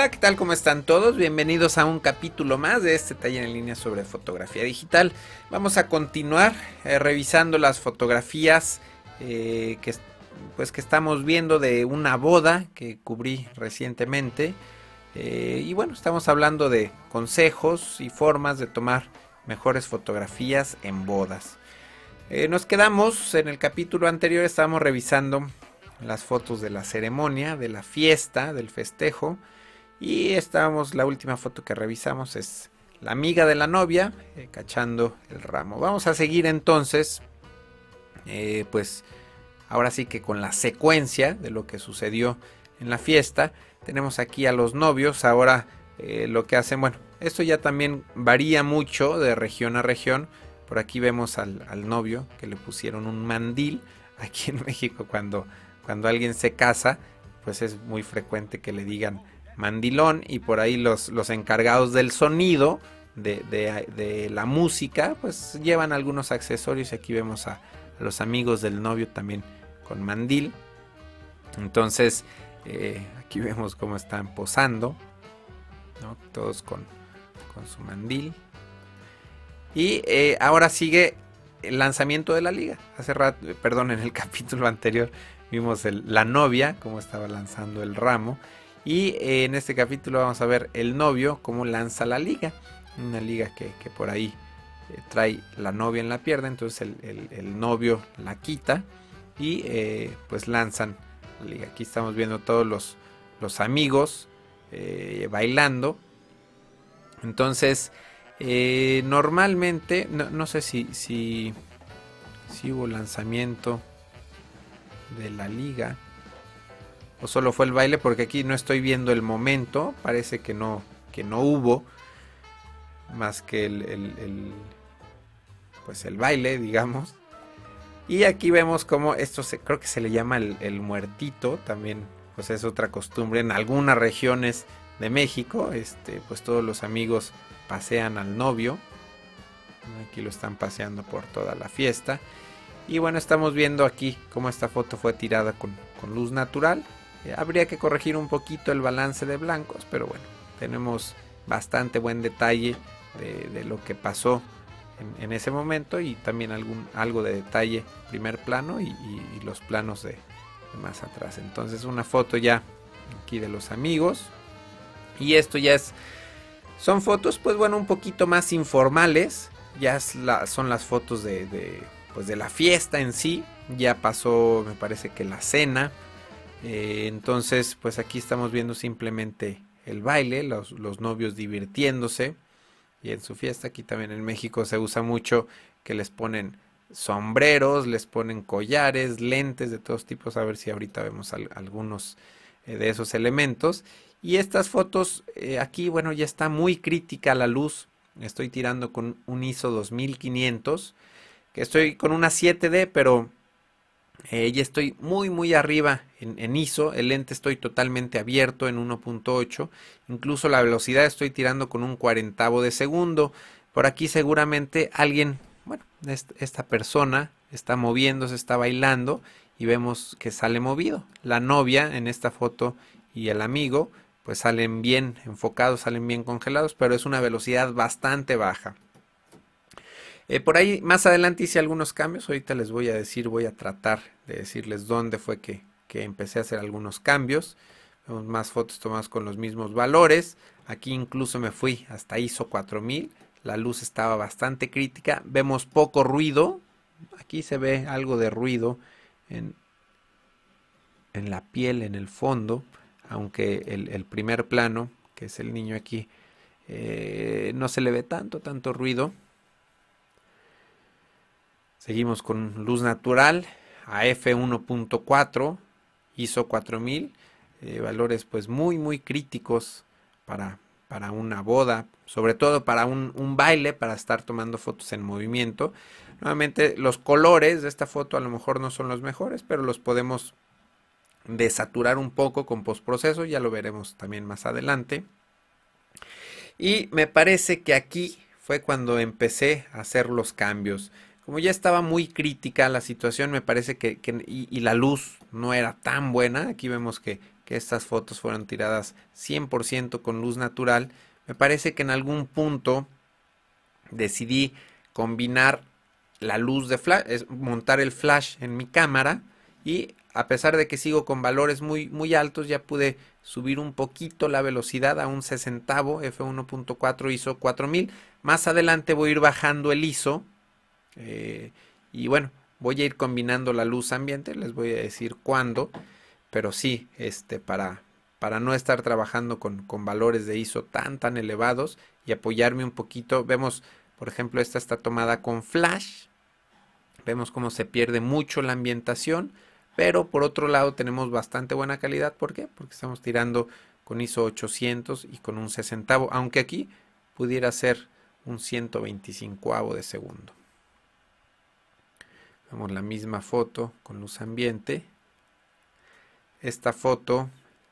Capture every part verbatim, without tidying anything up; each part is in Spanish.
Hola, ¿qué tal? ¿Cómo están todos? Bienvenidos a un capítulo más de este taller en línea sobre fotografía digital. Vamos a continuar eh, revisando las fotografías eh, que, pues, que estamos viendo de una boda que cubrí recientemente. Eh, y bueno, estamos hablando de consejos y formas de tomar mejores fotografías en bodas. Eh, nos quedamos en el capítulo anterior, estábamos revisando las fotos de la ceremonia, de la fiesta, del festejo. Y estábamos, la última foto que revisamos es la amiga de la novia eh, cachando el ramo. Vamos a seguir entonces, eh, pues ahora sí que con la secuencia de lo que sucedió en la fiesta. Tenemos aquí a los novios, ahora eh, lo que hacen, bueno, esto ya también varía mucho de región a región. Por aquí vemos al, al novio que le pusieron un mandil. Aquí en México cuando, cuando alguien se casa, pues es muy frecuente que le digan mandilón, y por ahí los, los encargados del sonido de, de, de la música pues llevan algunos accesorios. Aquí vemos a, a los amigos del novio también con mandil. Entonces eh, aquí vemos cómo están posando, ¿no? Todos con, con su mandil. Y eh, ahora sigue el lanzamiento de la liga. Hace rato, perdón, en el capítulo anterior vimos el, la novia cómo estaba lanzando el ramo. Y eh, en este capítulo vamos a ver el novio cómo lanza la liga. Una liga que, que por ahí eh, trae la novia en la pierna. Entonces el, el, el novio la quita y eh, pues lanzan la liga. Aquí estamos viendo todos los, los amigos eh, bailando. Entonces eh, normalmente, no, no sé si, si, si hubo lanzamiento de la liga o solo fue el baile, porque aquí no estoy viendo el momento. Parece que no, que no hubo más que el, el, el, pues el baile, digamos. Y aquí vemos como esto se, creo que se le llama el, el muertito. También pues es otra costumbre en algunas regiones de México. Este, pues todos los amigos pasean al novio. Aquí lo están paseando por toda la fiesta. Y bueno, estamos viendo aquí cómo esta foto fue tirada con, con luz natural. Eh, habría que corregir un poquito el balance de blancos, pero bueno, tenemos bastante buen detalle de, de lo que pasó en, en ese momento, y también algún, algo de detalle primer plano y, y, y los planos de, de más atrás. Entonces una foto ya aquí de los amigos, y esto ya es, son fotos pues bueno un poquito más informales. Ya es la, son las fotos de, de, pues de la fiesta en sí. Ya pasó, me parece que la cena. Eh, entonces pues aquí estamos viendo simplemente el baile, los, los novios divirtiéndose y en su fiesta. Aquí también en México se usa mucho que les ponen sombreros, les ponen collares, lentes de todos tipos. A ver si ahorita vemos al, algunos eh, de esos elementos. Y estas fotos eh, aquí bueno ya está muy crítica la luz. Estoy tirando con un ISO dos mil quinientos, que estoy con una siete D, pero Eh, ya estoy muy muy arriba en, en ISO. El lente estoy totalmente abierto en uno punto ocho. Incluso la velocidad estoy tirando con un cuarentavo de segundo. Por aquí seguramente alguien, bueno, esta persona está moviéndose, está bailando, y vemos que sale movido. La novia en esta foto y el amigo pues salen bien enfocados, salen bien congelados, pero es una velocidad bastante baja. Eh, por ahí más adelante hice algunos cambios. Ahorita les voy a decir, voy a tratar de decirles dónde fue que, que empecé a hacer algunos cambios. Vemos más fotos tomadas con los mismos valores. Aquí incluso me fui hasta ISO cuatro mil. La luz estaba bastante crítica. Vemos poco ruido. Aquí se ve algo de ruido en, en la piel, en el fondo. Aunque el, el primer plano, que es el niño aquí, eh, no se le ve tanto, tanto ruido. Seguimos con luz natural a F uno punto cuatro, ISO cuatro mil, eh, valores pues muy muy críticos para, para una boda, sobre todo para un, un baile, para estar tomando fotos en movimiento. Nuevamente los colores de esta foto a lo mejor no son los mejores, pero los podemos desaturar un poco con postproceso, ya lo veremos también más adelante. Y me parece que aquí fue cuando empecé a hacer los cambios. Como ya estaba muy crítica la situación, me parece que, que y, y la luz no era tan buena. Aquí vemos que que estas fotos fueron tiradas cien por ciento con luz natural. Me parece que en algún punto decidí combinar la luz de flash, es montar el flash en mi cámara, y a pesar de que sigo con valores muy, muy altos, ya pude subir un poquito la velocidad a un sesentavo, efe uno punto cuatro, I S O cuatro mil. Más adelante voy a ir bajando el I S O eh, y bueno, voy a ir combinando la luz ambiente, les voy a decir cuándo, pero sí, este, para, para no estar trabajando con, con valores de I S O tan tan elevados y apoyarme un poquito. Vemos, por ejemplo, esta está tomada con flash, vemos cómo se pierde mucho la ambientación, pero por otro lado tenemos bastante buena calidad. ¿Por qué? Porque estamos tirando con I S O ochocientos y con un sesentavo, aunque aquí pudiera ser un ciento veinticinco de segundo. Vemos la misma foto con luz ambiente. Esta foto,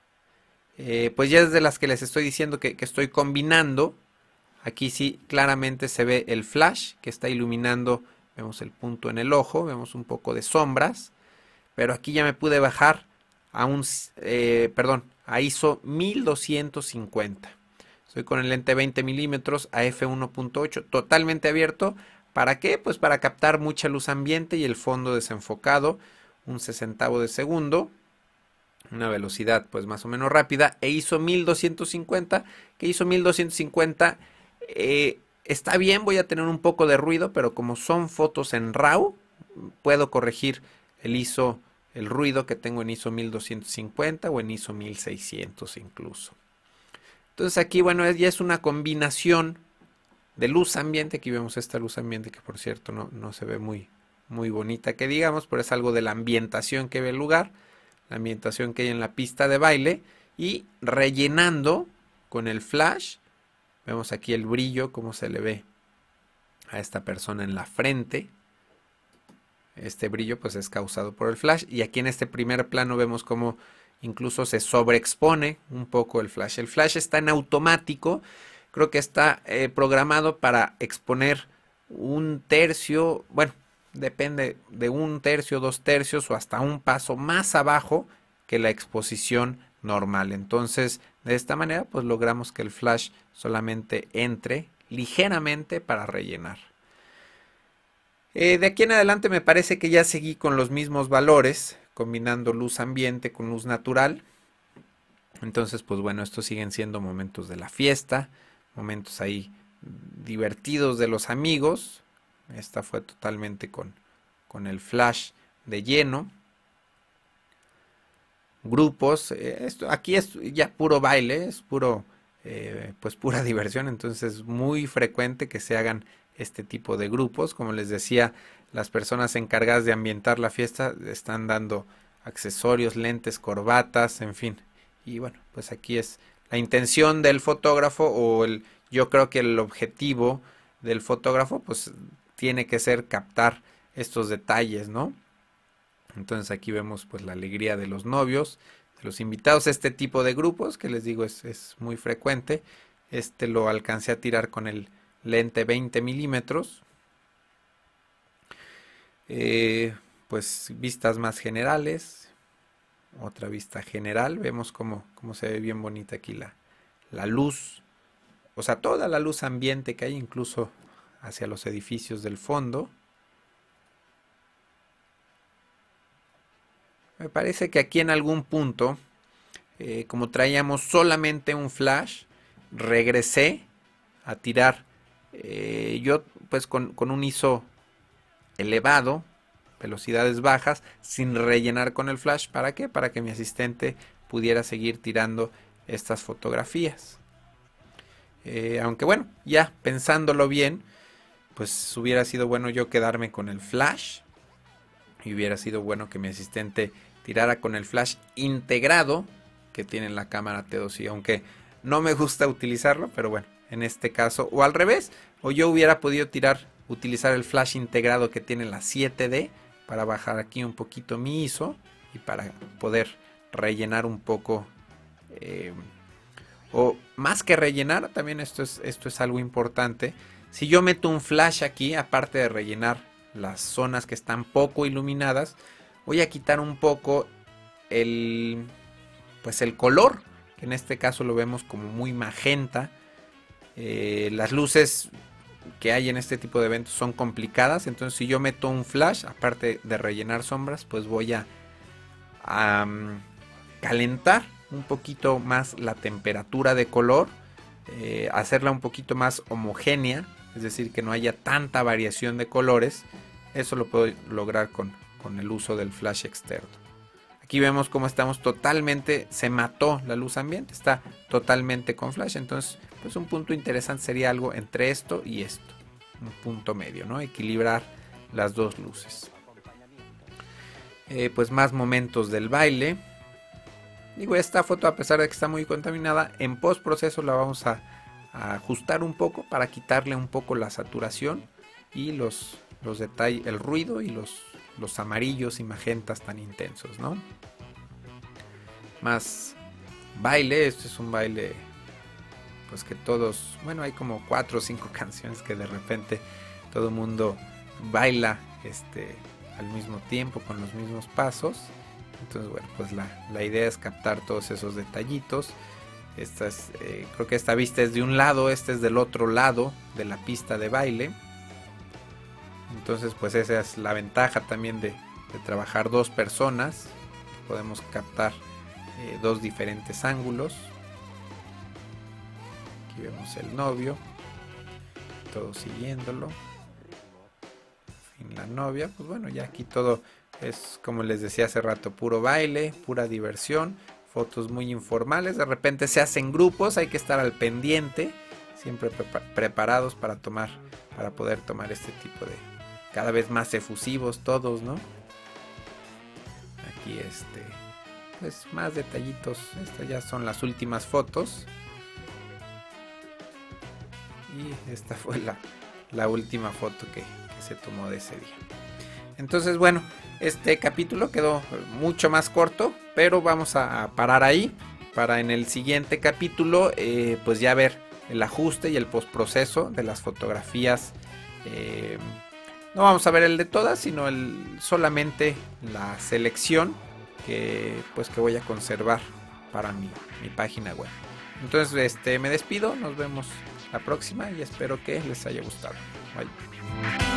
eh, pues ya es de las que les estoy diciendo que, que estoy combinando. Aquí sí claramente se ve el flash que está iluminando. Vemos el punto en el ojo, vemos un poco de sombras. Pero aquí ya me pude bajar a un, eh, perdón, a I S O mil doscientos cincuenta. Estoy con el lente veinte milímetros a efe uno punto ocho, totalmente abierto. ¿Para qué? Pues para captar mucha luz ambiente y el fondo desenfocado, un sesentavo de segundo, una velocidad pues más o menos rápida, e I S O mil doscientos cincuenta, que I S O mil doscientos cincuenta eh, está bien, voy a tener un poco de ruido, pero como son fotos en RAW, puedo corregir el I S O, el ruido que tengo en I S O mil doscientos cincuenta o en I S O mil seiscientos incluso. Entonces aquí, bueno, ya es una combinación de luz ambiente. Aquí vemos esta luz ambiente que por cierto no, no se ve muy, muy bonita que digamos, pero es algo de la ambientación que ve el lugar, la ambientación que hay en la pista de baile, y rellenando con el flash. Vemos aquí el brillo, cómo se le ve a esta persona en la frente. Este brillo pues es causado por el flash, y aquí en este primer plano vemos cómo incluso se sobreexpone un poco el flash. El flash está en automático, creo que está eh, programado para exponer un tercio, bueno, depende de un tercio, dos tercios o hasta un paso más abajo que la exposición normal. Entonces de esta manera pues logramos que el flash solamente entre ligeramente para rellenar. Eh, de aquí en adelante me parece que ya seguí con los mismos valores, combinando luz ambiente con luz natural. Entonces, pues bueno, estos siguen siendo momentos de la fiesta, momentos ahí divertidos de los amigos. Esta fue totalmente con, con el flash de lleno. Grupos, eh, esto, aquí es ya puro baile, es puro, eh, pues pura diversión. Entonces es muy frecuente que se hagan este tipo de grupos. Como les decía, las personas encargadas de ambientar la fiesta están dando accesorios, lentes, corbatas, en fin. Y bueno, pues aquí es la intención del fotógrafo, o el, yo creo que el objetivo del fotógrafo pues tiene que ser captar estos detalles, ¿no? Entonces aquí vemos pues la alegría de los novios, de los invitados. Este tipo de grupos que les digo es, es muy frecuente. Este lo alcancé a tirar con el lente veinte milímetros. Eh, pues vistas más generales. Otra vista general. Vemos cómo, cómo se ve bien bonita aquí la, la luz. O sea, toda la luz ambiente que hay, incluso hacia los edificios del fondo. Me parece que aquí en algún punto, eh, como traíamos solamente un flash, regresé a tirar eh, yo pues con, con un I S O elevado, velocidades bajas, sin rellenar con el flash. ¿Para qué? Para que mi asistente pudiera seguir tirando estas fotografías. Eh, aunque bueno, ya pensándolo bien, pues hubiera sido bueno yo quedarme con el flash, y hubiera sido bueno que mi asistente tirara con el flash integrado que tiene la cámara T dos i, aunque no me gusta utilizarlo, pero bueno, en este caso, o al revés, o yo hubiera podido tirar, utilizar el flash integrado que tiene la siete D para bajar aquí un poquito mi I S O y para poder rellenar un poco, eh, o más que rellenar, también esto es, esto es algo importante. Si yo meto un flash aquí, aparte de rellenar las zonas que están poco iluminadas, voy a quitar un poco el, pues el color, que en este caso lo vemos como muy magenta. Eh, las luces que hay en este tipo de eventos son complicadas, entonces si yo meto un flash, aparte de rellenar sombras, pues voy a, a um, calentar un poquito más la temperatura de color, eh, hacerla un poquito más homogénea, es decir, que no haya tanta variación de colores. Eso lo puedo lograr con, con el uso del flash externo. Aquí vemos cómo estamos totalmente, se mató la luz ambiente, está totalmente con flash. Entonces, pues un punto interesante sería algo entre esto y esto, un punto medio, ¿no? Equilibrar las dos luces. Eh, pues más momentos del baile. Digo, esta foto, a pesar de que está muy contaminada, en post proceso la vamos a, a ajustar un poco para quitarle un poco la saturación y los, los detalles, el ruido y los, los amarillos y magentas tan intensos, ¿no? Más baile. Este es un baile, pues que todos, bueno, hay como cuatro o cinco canciones que de repente todo el mundo baila este, al mismo tiempo con los mismos pasos. Entonces, bueno, pues la, la idea es captar todos esos detallitos. Esta es, eh, creo que esta vista es de un lado, este es del otro lado de la pista de baile. Entonces, pues esa es la ventaja también de, de trabajar dos personas. Podemos captar eh, dos diferentes ángulos. Aquí vemos el novio, todo siguiéndolo. En la novia, pues bueno, ya aquí todo es, como les decía hace rato, puro baile, pura diversión, fotos muy informales. De repente se hacen grupos, hay que estar al pendiente, siempre pre- preparados para tomar, para poder tomar este tipo de, cada vez más efusivos todos, ¿no? Aquí este, pues más detallitos. Estas ya son las últimas fotos. Y esta fue la, la última foto que, que se tomó de ese día. Entonces, bueno, este capítulo quedó mucho más corto, pero vamos a parar ahí para en el siguiente capítulo eh, pues ya ver el ajuste y el postproceso de las fotografías. Eh, no vamos a ver el de todas, sino el, solamente la selección que pues que voy a conservar para mi, mi página web. Entonces este me despido, nos vemos la próxima y espero que les haya gustado. Bye.